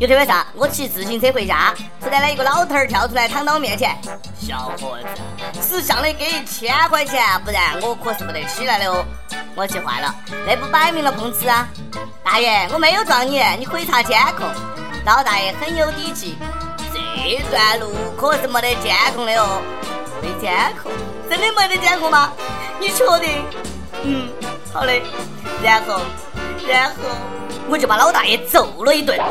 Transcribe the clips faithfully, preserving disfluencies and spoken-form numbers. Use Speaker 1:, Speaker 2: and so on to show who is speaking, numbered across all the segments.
Speaker 1: 有天晚上我骑自行车回家，突然一个老头儿跳出来躺到我面前，小伙子，识相的给一千块钱，不然我可是不得起来的哦。我气坏了，那不摆明了碰瓷啊！大爷，我没有撞你，你可以查监控。老大爷很有底气，这段路可是没得监控的哦。没监控？真的没得监控吗？你确定？嗯，好嘞。然后，然后我就把老大爷揍了一顿。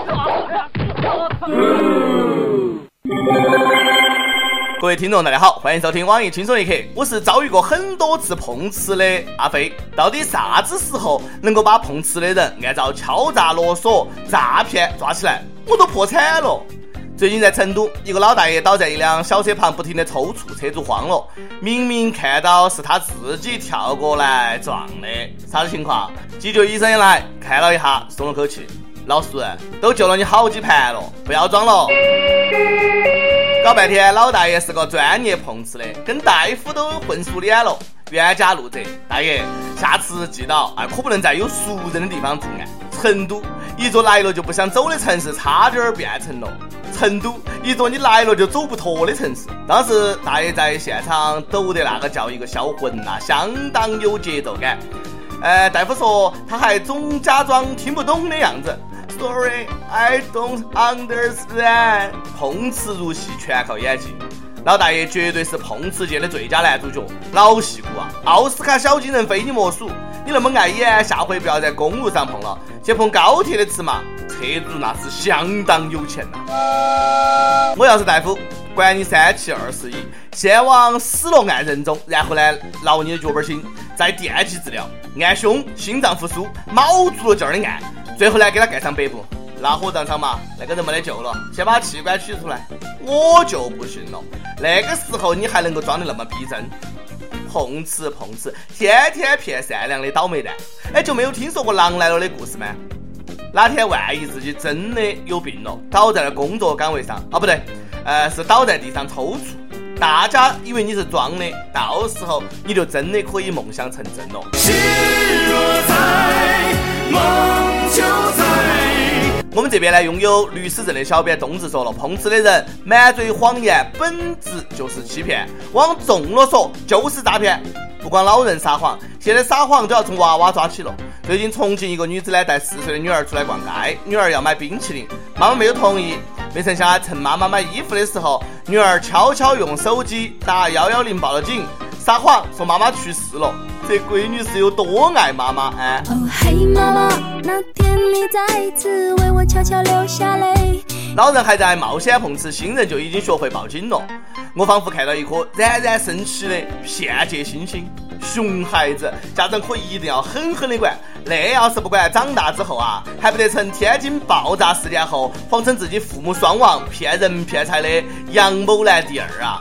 Speaker 2: 各位听众大家好，欢迎收听网易轻松一刻，我是遭遇过很多次碰瓷的阿飞。到底啥子时候能够把碰瓷的人按照敲诈勒索诈骗抓起来？我都破产了。最近在成都，一个老大爷倒在一辆小车旁不停地抽搐，车主慌了，明明看到是他自己跳过来撞的，啥子情况？急救医生也来看了一下，松了口气，老叔都救了你好几盘了，不要装了。搞半天老大爷是个专业碰瓷的，跟大夫都混熟脸了，冤家路窄。大爷下次记到啊，可不能在有熟人的地方作案。成都一座来了就不想走的城市，差点变成了成都一座你来了就走不脱的城市。当时大爷在现场抖的那个叫一个销魂呐、啊，相当有节奏感。呃，大夫说他还总假装听不懂的样子。Sorry, I don't understand。 碰瓷入戏全靠演技，老大爷绝对是碰瓷界的最佳男主角，老戏骨啊！奥斯卡小金人非你莫属。你那么爱演，下回不要在公路上碰了，去碰高铁的瓷嘛，车主那是相当有钱呐、啊。我要是大夫，管你三七二十一，先往死了按人中，然后呢挠你的脚板心，再电击治疗，按胸、心脏复苏，卯足了劲儿的按。最后呢，给他盖上白布，拉火葬场嘛，那个人没得救了，先把器官取出来。我就不信了，那个时候你还能够装得那么逼真？碰瓷碰瓷，天天骗善良的倒霉蛋。哎，就没有听说过狼来了的故事吗？哪天万一自己真的有病了，倒在了工作岗位上，啊不对，呃，是倒在地上抽搐，大家以为你是装的，到时候你就真的可以梦想成真了。心若在，梦就在。我们这边呢，拥有律师证的小编冬子说了，碰瓷的人满嘴谎言，本质就是欺骗，往重了说就是诈骗。不光老人撒谎，现在撒谎都要从娃娃抓起了。最近重庆一个女子呢，带四岁的女儿出来逛街，女儿要买冰淇淋，妈妈没有同意，没成想趁妈妈买衣服的时候，女儿悄悄用手机打一一零报了警，撒谎说妈妈去世了。这闺女是有多爱妈妈啊！哦嘿妈妈，那天你再次为我悄悄流下泪。老人还在冒险碰瓷，新人就已经学会报警了。我仿佛看到一颗冉冉升起的骗界星星。熊孩子，家长可一定要狠狠的管，那要是不管，长大之后啊，还不得成天津爆炸事件后谎称自己父母双亡、骗人骗财的杨某兰第二啊！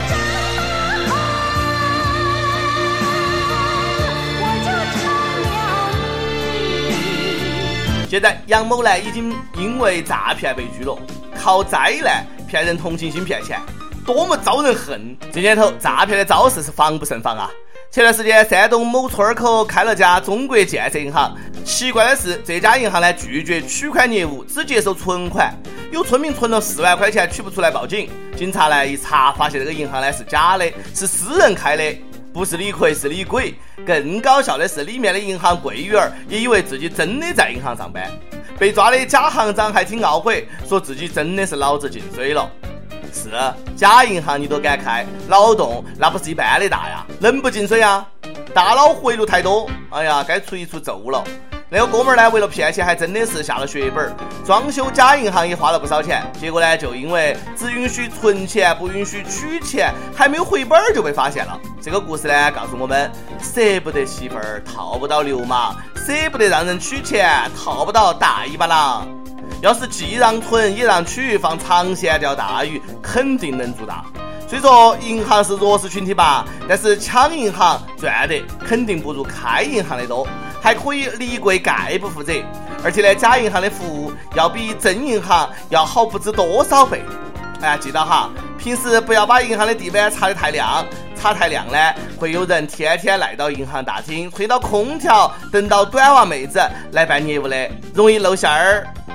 Speaker 2: 现在杨某兰已经因为诈骗被拘了，靠灾难骗人同情心骗钱，多么招人恨！这年头诈骗的招式是防不胜防啊！前段时间山东某村口开了家中国建设银行，奇怪的是这家银行呢拒绝取款业务，只接受存款，有村民存了四万块钱取不出来报警，警察呢一查发现这个银行呢是假的，是私人开的，不是李逵是李鬼。更搞笑的是，里面的银行柜员也以为自己真的在银行上班，被抓的假行长还挺懊悔，说自己真的是脑子进水了。是假银行你都敢开，脑洞那不是一般的大呀，能不进水啊？大脑回路太多，哎呀，该出一出咒了。那个哥们儿呢，为了骗钱还真的是下了血本，装修假银行也花了不少钱，结果呢就因为只允许存钱不允许取钱，还没有回本就被发现了。这个故事呢告诉我们，舍不得媳妇儿套不到流氓，舍不得让人取钱套不到大尾巴狼。要是既让存也让取，放长线钓大鱼，肯定能做大。虽说银行是弱势群体吧，但是抢银行赚的肯定不如开银行的多，还可以离柜概不负责，而且呢，假银行的服务要比真银行要好不知多少倍。哎呀，记到哈，平时不要把银行的地板擦得太亮，擦太亮呢，会有人天天来到银行大厅，吹到空调，等到短袜妹子来办业务的，容易露馅儿。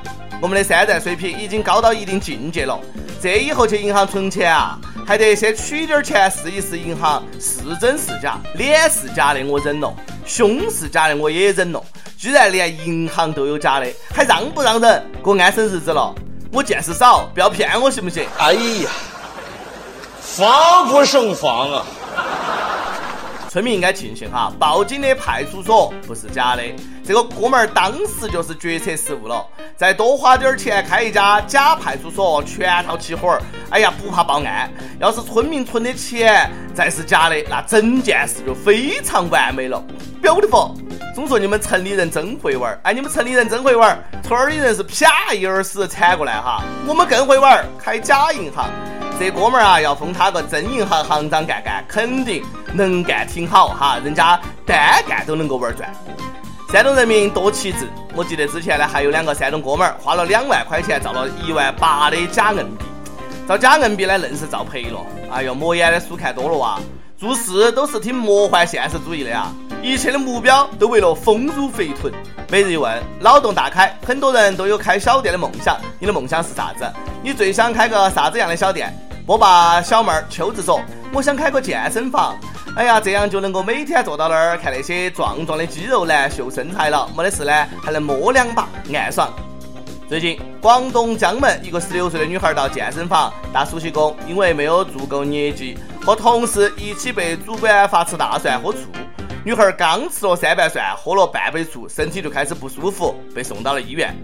Speaker 2: 我们的山寨水平已经高到一定境界了。这以后去银行存钱啊，还得先取点钱试一试银行是真是假，脸是假的我忍了，胸是假的我也忍了，居然连银行都有假的，还让不让人过安生日子了？我见识少，不要骗我行不行？
Speaker 3: 哎呀，防不胜防啊！
Speaker 2: 村民应该庆幸哈，报警的派出所不是假的。这个哥们儿当时就是决策失误了，再多花点钱开一家假派出所，全套齐活儿。哎呀，不怕报案。要是村民存的钱再是假的，那整件事就非常完美了。beautiful。总说你们城里人真会玩，哎，你们城里人真会玩，村里人是啪一耳屎铲过来哈。我们更会玩，开假银行。这哥们儿啊，要封他个真银行行长干干，肯定能干挺好哈，人家单干都能够玩转。山东人民多旗帜，我记得之前呢，还有两个山东哥们儿花了两万块钱造了一万八的假硬币，造假硬币呢，愣是造赔了。哎呦，魔眼的书看多了哇，做事都是挺魔幻现实主义的啊，一切的目标都为了丰乳肥臀。每日一问，脑洞大开，很多人都有开小店的梦想，你的梦想是啥子？你最想开个啥子样的小店？波霸小妹儿秋子说，我想开个健身房，哎呀，这样就能够每天坐到那儿看那些壮壮的肌肉男秀身材了，没得事呢还能摸两把，暗爽。最近广东江门一个十六岁的女孩到健身房打暑期工，因为没有足够业绩，和同事一起被主管罚吃大蒜喝醋。女孩刚吃了三瓣蒜，喝了半杯醋，身体就开始不舒服，被送到了医院。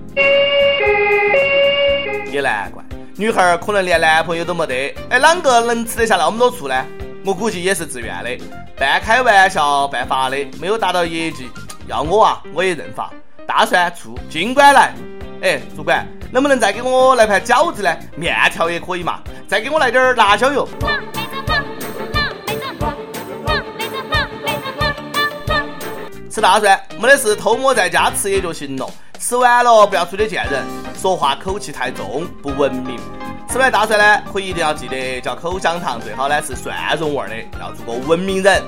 Speaker 2: 也难怪女孩可能连男朋友都没得，哎，啷个能吃得下那么多醋呢？我估计也是自愿的，半开玩笑半罚的，没有达到业绩。要我啊，我也认罚，大蒜醋尽管来。哎，主管，能不能再给我来盘饺子呢？面条也可以嘛，再给我来点辣椒油。吃大蒜没得事，偷摸在家吃也就行了，吃完了不要出去见人，说话口气太重，不文明。吃完大蒜呢，可以一定要记得嚼口香糖，最好呢是蒜蓉味的，要做个文明人。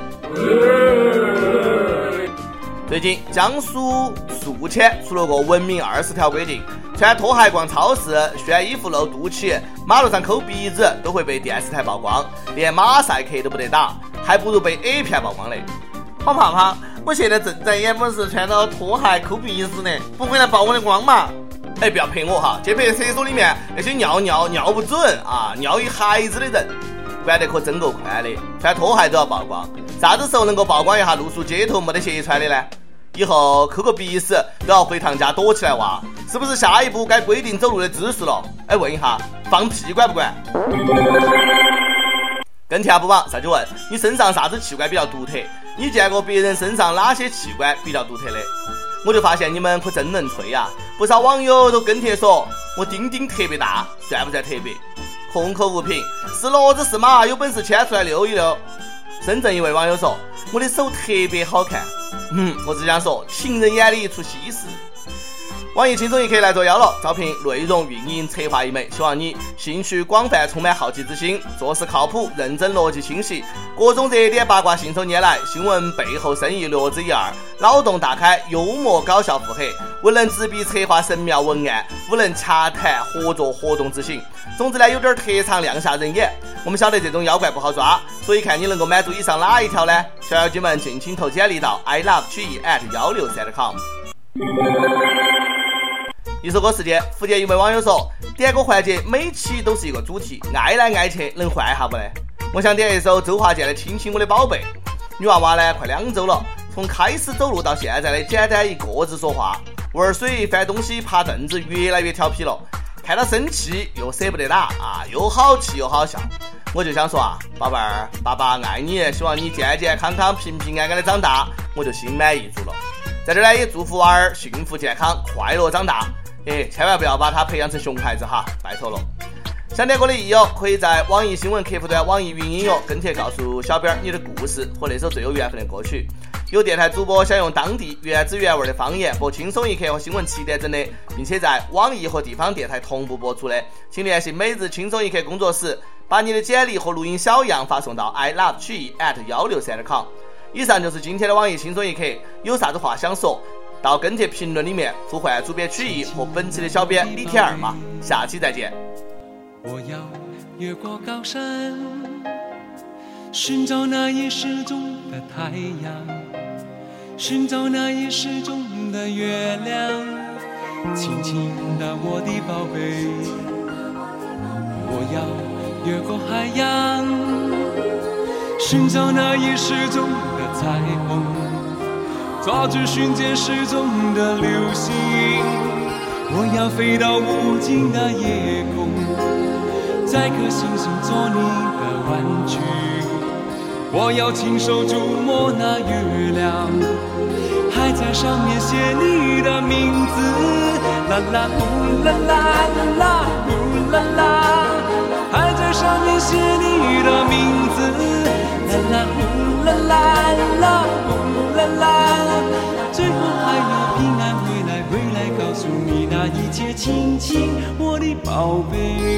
Speaker 2: 最近江苏宿迁出了个文明二十条规定，穿拖鞋逛超市、炫衣服露肚脐、马路上抠鼻子都会被电视台曝光，连马赛克都不得打，还不如被 A 片曝光嘞。
Speaker 4: 好胖胖，我现在正在演播室穿着拖鞋抠鼻子呢，不会来曝我的光嘛？
Speaker 2: 哎，不要骗我哈，去拍厕所里面那些尿尿尿不准啊，尿一孩子的人，管得可真够宽的，穿拖鞋都要曝光。啥子时候能够曝光一下露宿街头没得鞋穿的呢？以后抠个鼻屎都要回趟家躲起来哇，是不是下一步该规定走路的姿势了？哎，问一下，放屁管不管？跟帖不忙，上去问你身上啥子器官比较独特？你见过别人身上哪些器官比较独特的？我就发现你们可真能吹呀！不少网友都跟帖说，我丁丁特别大，算不算特别？空口无凭，是骡子是马，有本事牵出来溜一溜。深圳一位网友说，我的手特别好看。嗯，我只想说，情人眼里出西施。网易轻松一刻来做邀了，招聘内容运营策划一枚，希望你兴趣广泛，充满好奇之心，做事靠谱，认真，逻辑清晰，各种热点八卦信手拈来，新闻背后深意略知一二，脑洞大开，幽默搞笑腹黑，文能执笔策划神妙文案，武能洽谈合作活动执行。总之呢，有点特长亮瞎人眼。我们晓得这种妖怪不好抓，所以看你能够满足以上哪一条呢？小妖精们尽情投简历到 i love 曲艺 at 一六三 com。一首歌时间，福建一位网友说，点歌环节每期都是一个主题，爱来爱去，能换一下不呢？我想点一首周华健的《亲亲我的宝贝》。女娃娃呢快两周了，从开始走路到现在的简单一个字说话，玩水翻东西爬凳子，越来越调皮了，看到生气又舍不得打啊，又好气又好笑。我就想说啊，宝贝儿，爸爸爱你，希望你健健康康平平安安的长大，我就心满意足了。在这儿呢也祝福娃儿幸福健康快乐长大，哎，千万不要把他培养成熊孩子哈，拜托了。想点歌的益友可以在网易新闻客户端、网易云音乐跟帖告诉小编你的故事和那首最有缘分的歌曲。有电台主播想用当地原汁原味的方言播轻松一刻和新闻七点整的，并且在网易和地方电台同步播出的，请联系每日轻松一刻工作室，把你的简历和录音小样发送到 i love 曲艺 at 一六三 com。以上就是今天的网易轻松一刻，有啥子话想说， 到跟帖评论里面呼唤主编曲艺和本期的小编李天二嘛。下期再见。
Speaker 5: 我要越过高山，寻找那已失踪的太阳，寻找那已失踪的月亮，轻轻地我的宝贝。我要越过海洋，寻找那已失踪的彩虹，抓住瞬间失踪的流星。我要飞到无尽的夜空，摘颗星星做你的玩具。我要亲手触摸那月亮，还在上面写你的名字。啦啦呼啦啦啦呼啦啦，还在上面写你的名字。啦啦呼啦啦啦呼啦啦，最后还要平安回来，回来告诉你那一切，亲亲我的宝贝。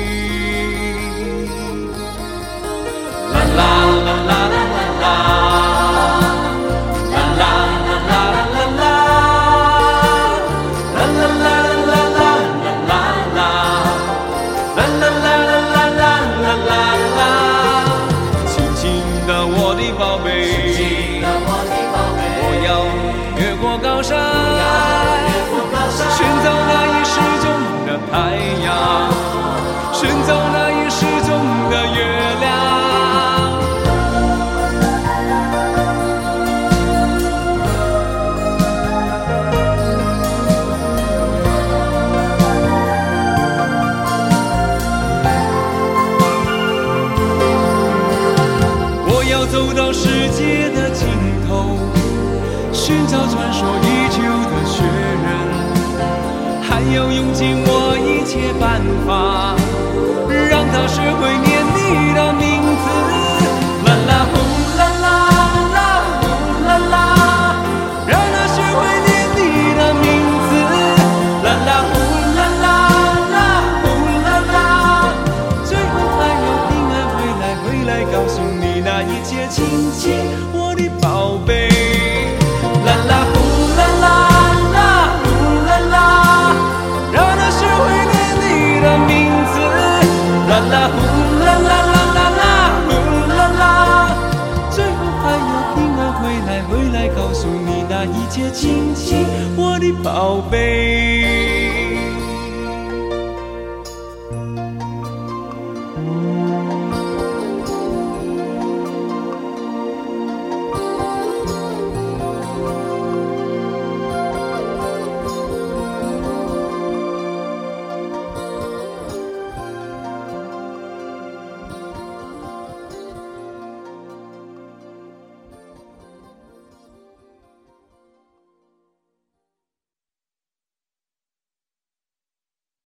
Speaker 5: 啦啦啦啦啦啦啦啦啦啦啦啦。高山，寻找那已失踪的太阳，寻找那已失踪的月亮。我要走到世界的尽头，寻找传说已久的雪人，还要用尽我一切办法，让他学会念你的名字。啦啦呼啦啦啦呼啦啦，让他学会念你的名字。啦啦呼啦啦啦呼啦啦，最后还要平安回来，回来告诉你那一切，亲亲我的宝贝。啦啦呼啦啦啦呼啦啦，让他学会念你的名字。啦啦呼啦啦啦啦啦呼啦啦，最后还要平安回来，回来告诉你那一切，亲亲我的宝贝。